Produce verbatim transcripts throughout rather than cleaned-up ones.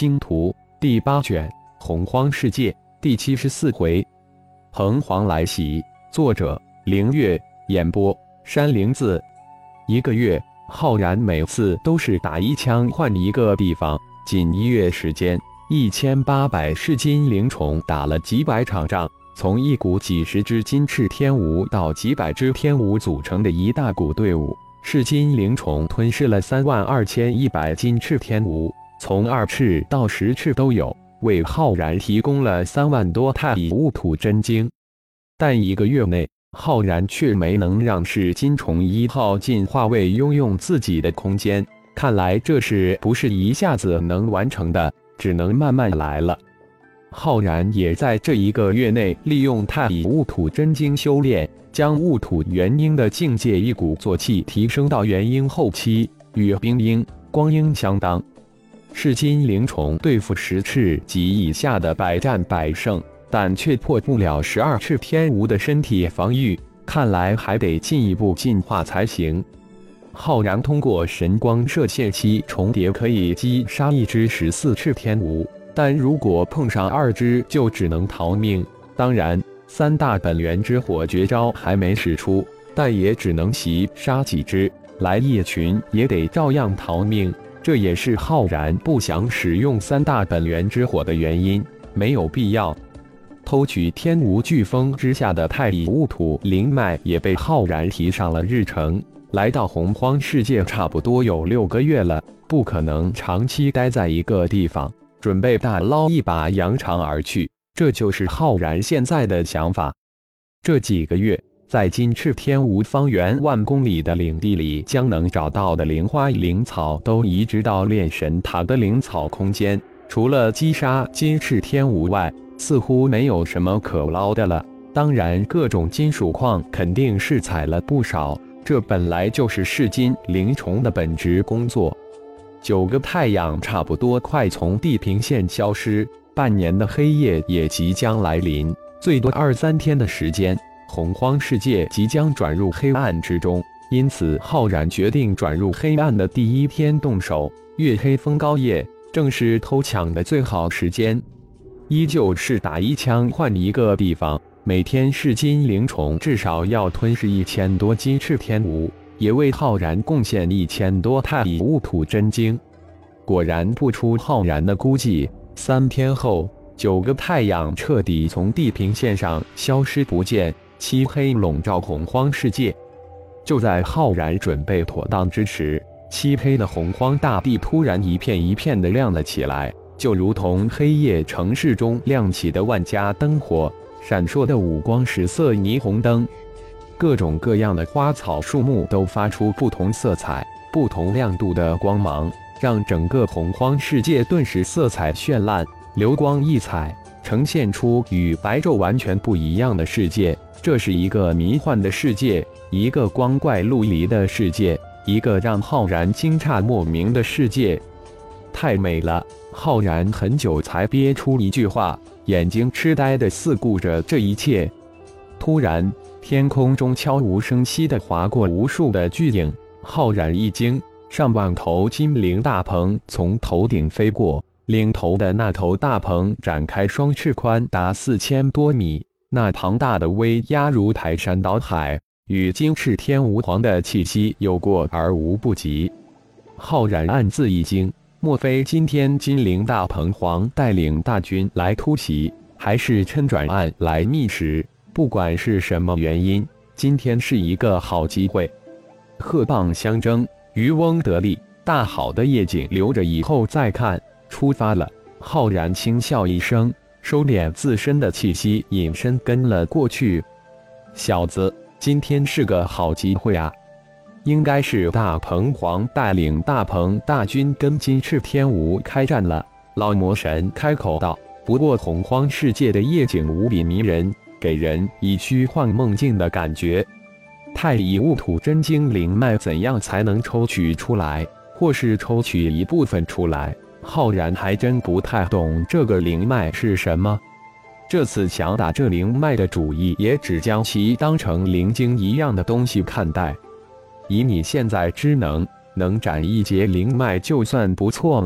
星图》第八卷《洪荒世界》第七十四回。鹏凰来袭，作者：凌月，演播：山灵子。一个月，浩然每次都是打一枪换一个地方，仅一月时间，一千八百噬金灵虫打了几百场仗。从一股几十只金翅天蜈到几百只天蜈组成的一大股队伍，噬金灵虫吞噬了三万二千一百金翅天蜈，从二翅到十翅都有，为浩然提供了三万多太乙戊土真经。但一个月内，浩然却没能让噬金虫一号进化为拥用自己的空间，看来这是不是一下子能完成的，只能慢慢来了。浩然也在这一个月内利用太乙戊土真经修炼，将戊土元婴的境界一鼓作气提升到元婴后期，与冰婴、光婴相当。噬金灵虫对付十翅及以下的百战百胜，但却破不了十二翅天蜈的身体防御，看来还得进一步进化才行。浩然通过神光射线期重叠可以击杀一只十四翅天蜈，但如果碰上二只就只能逃命。当然，三大本源之火绝招还没使出，但也只能袭杀几只，来一群也得照样逃命。这也是浩然不想使用三大本源之火的原因，没有必要。偷取天蜈飓风之下的太乙戊土灵脉也被浩然提上了日程。来到洪荒世界差不多有六个月了，不可能长期待在一个地方，准备大捞一把扬长而去，这就是浩然现在的想法。这几个月，在金翅天蜈方圆万公里的领地里，将能找到的灵花灵草都移植到炼神塔的灵草空间，除了击杀金翅天蜈外，似乎没有什么可捞的了。当然，各种金属矿肯定是采了不少，这本来就是噬金灵虫的本职工作。九个太阳差不多快从地平线消失，半年的黑夜也即将来临，最多二三天的时间，洪荒世界即将转入黑暗之中。因此，浩然决定转入黑暗的第一天动手。月黑风高夜，正是偷抢的最好时间。依旧是打一枪换一个地方，每天噬金灵虫至少要吞噬一千多金翅天蜈，也为浩然贡献一千多太乙戊土真经。果然不出浩然的估计，三天后，九个太阳彻底从地平线上消失不见，漆黑笼罩洪荒世界。就在浩然准备妥当之时，漆黑的洪荒大地突然一片一片的亮了起来，就如同黑夜城市中亮起的万家灯火，闪烁的五光十色霓虹灯。各种各样的花草树木都发出不同色彩、不同亮度的光芒，让整个洪荒世界顿时色彩绚烂，流光溢彩，呈现出与白昼完全不一样的世界。这是一个迷幻的世界，一个光怪陆离的世界，一个让浩然惊诧莫名的世界。太美了！浩然很久才憋出一句话，眼睛痴呆地四顾着这一切。突然，天空中悄无声息地划过无数的巨影，浩然一惊，上万头金灵大鹏从头顶飞过，领头的那头大鹏展开双翅，宽达四千多米，那庞大的威压如排山倒海，与金翅天蜈皇的气息有过而无不及。浩然暗自一惊，莫非今天金灵大鹏皇带领大军来突袭，还是趁转暗来觅食？不管是什么原因，今天是一个好机会。鹤蚌相争，渔翁得利，大好的夜景留着以后再看。出发了！浩然轻笑一声，收敛自身的气息，隐身跟了过去。小子，今天是个好机会啊！应该是大鹏皇带领大鹏大军跟金翅天蜈开战了。老魔神开口道。不过洪荒世界的夜景无比迷人，给人以虚幻梦境的感觉。太乙戊土真经灵脉怎样才能抽取出来，或是抽取一部分出来？浩然还真不太懂这个灵脉是什么。这次想打这灵脉的主意，也只将其当成灵经一样的东西看待。以你现在之能，能斩一截灵脉就算不错了。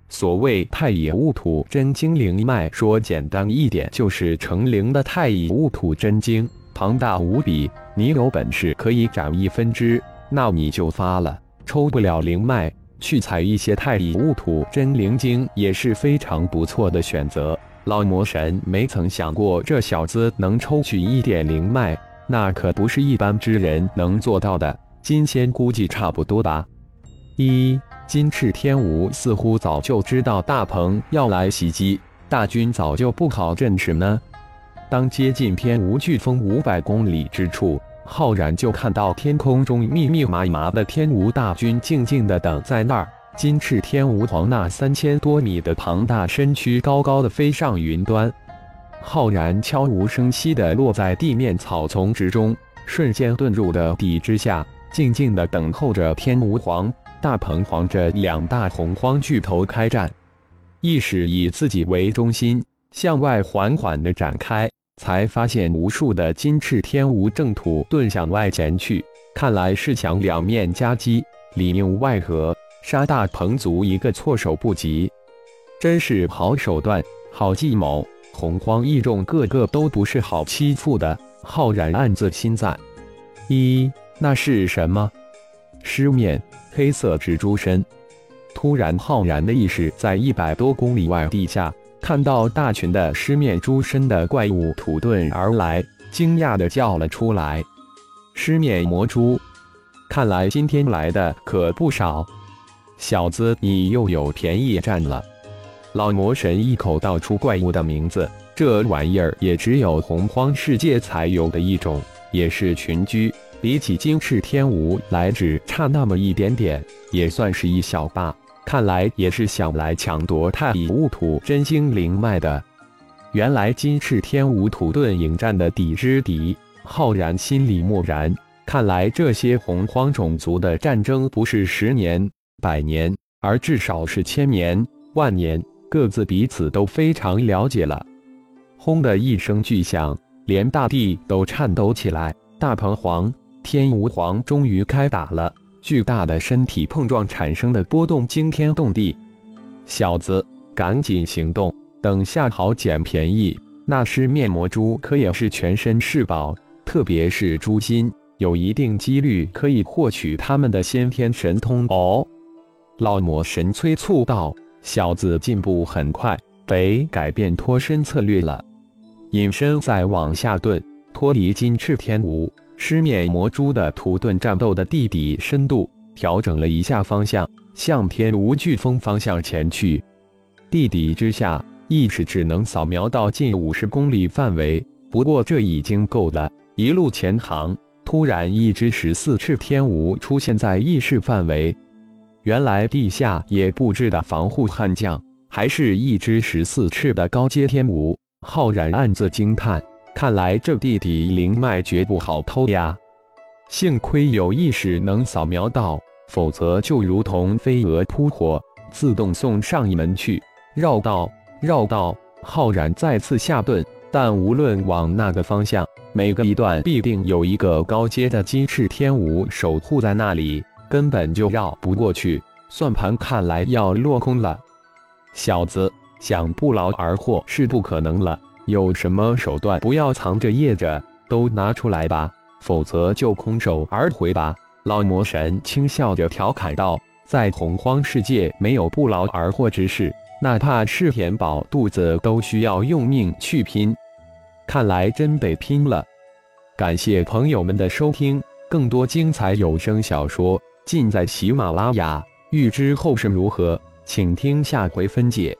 所谓太乙戊土真经灵脉，说简单一点就是成灵的太乙戊土真经，庞大无比。你有本事可以斩一分支，那你就发了；抽不了灵脉，去采一些太乙戊土真灵经也是非常不错的选择。老魔神没曾想过这小子能抽取一点灵脉，那可不是一般之人能做到的。金仙估计差不多吧。一金翅天蜈似乎早就知道大鹏要来袭击，大军早就布好阵势呢。当接近天蜈飓风五百公里之处，浩然就看到天空中密密麻麻的天蜈大军静静地等在那儿。金翅天蜈皇那三千多米的庞大身躯高高的飞上云端，浩然悄无声息地落在地面草丛之中，瞬间遁入了地之下，静静地等候着天蜈皇、大鹏皇这两大洪荒巨头开战。意识以自己为中心，向外缓缓地展开，才发现无数的金翅天蜈正土遁向外前去，看来是想两面夹击，里应外合，杀大鹏族一个措手不及。真是好手段，好计谋，洪荒异众个个都不是好欺负的。浩然暗自心赞。一，那是什么？狮面黑色蜘蛛身。突然，浩然的意识在一百多公里外地下看到大群的狮面猪身的怪物土遁而来，惊讶地叫了出来：“狮面魔蛛，看来今天来的可不少。小子，你又有便宜占了。”老魔神一口道出怪物的名字，这玩意儿也只有洪荒世界才有的一种，也是群居，比起金翅天蜈来只差那么一点点，也算是一小霸。看来也是想来抢夺太乙戊土真经灵脉的。原来金翅天蜈土遁迎战的敌之敌，浩然心里默然。看来这些洪荒种族的战争不是十年、百年，而至少是千年、万年，各自彼此都非常了解了。轰的一声巨响，连大地都颤抖起来。大鹏皇、天蜈皇终于开打了。巨大的身体碰撞产生的波动惊天动地。小子，赶紧行动，等下好捡便宜。那狮面魔蛛可也是全身是宝，特别是蛛心，有一定几率可以获取他们的先天神通哦。老魔神催促道：“小子进步很快，得改变脱身策略了。”隐身再往下遁，脱离金翅天蜈、狮面魔蛛的土遁战斗的地底深度，调整了一下方向，向天蜈飓风方向前去。地底之下，意识只能扫描到近五十公里范围，不过这已经够了。一路前行，突然一只十四翅天蜈出现在意识范围。原来地下也布置的防护悍将，还是一只十四翅的高阶天蜈。浩然暗自惊叹。看来这地底灵脉绝不好偷呀！幸亏有意识能扫描到，否则就如同飞蛾扑火，自动送上一门去。绕道，绕道！浩然再次下遁，但无论往那个方向，每个一段必定有一个高阶的金翅天蜈守护在那里，根本就绕不过去。算盘看来要落空了。小子，想不劳而获是不可能了。有什么手段，不要藏着掖着，都拿出来吧，否则就空手而回吧。老魔神轻笑着调侃道：“在洪荒世界，没有不劳而获之事，哪怕是填饱肚子，都需要用命去拼。看来真得拼了。”感谢朋友们的收听，更多精彩有声小说尽在喜马拉雅。欲知后事如何，请听下回分解。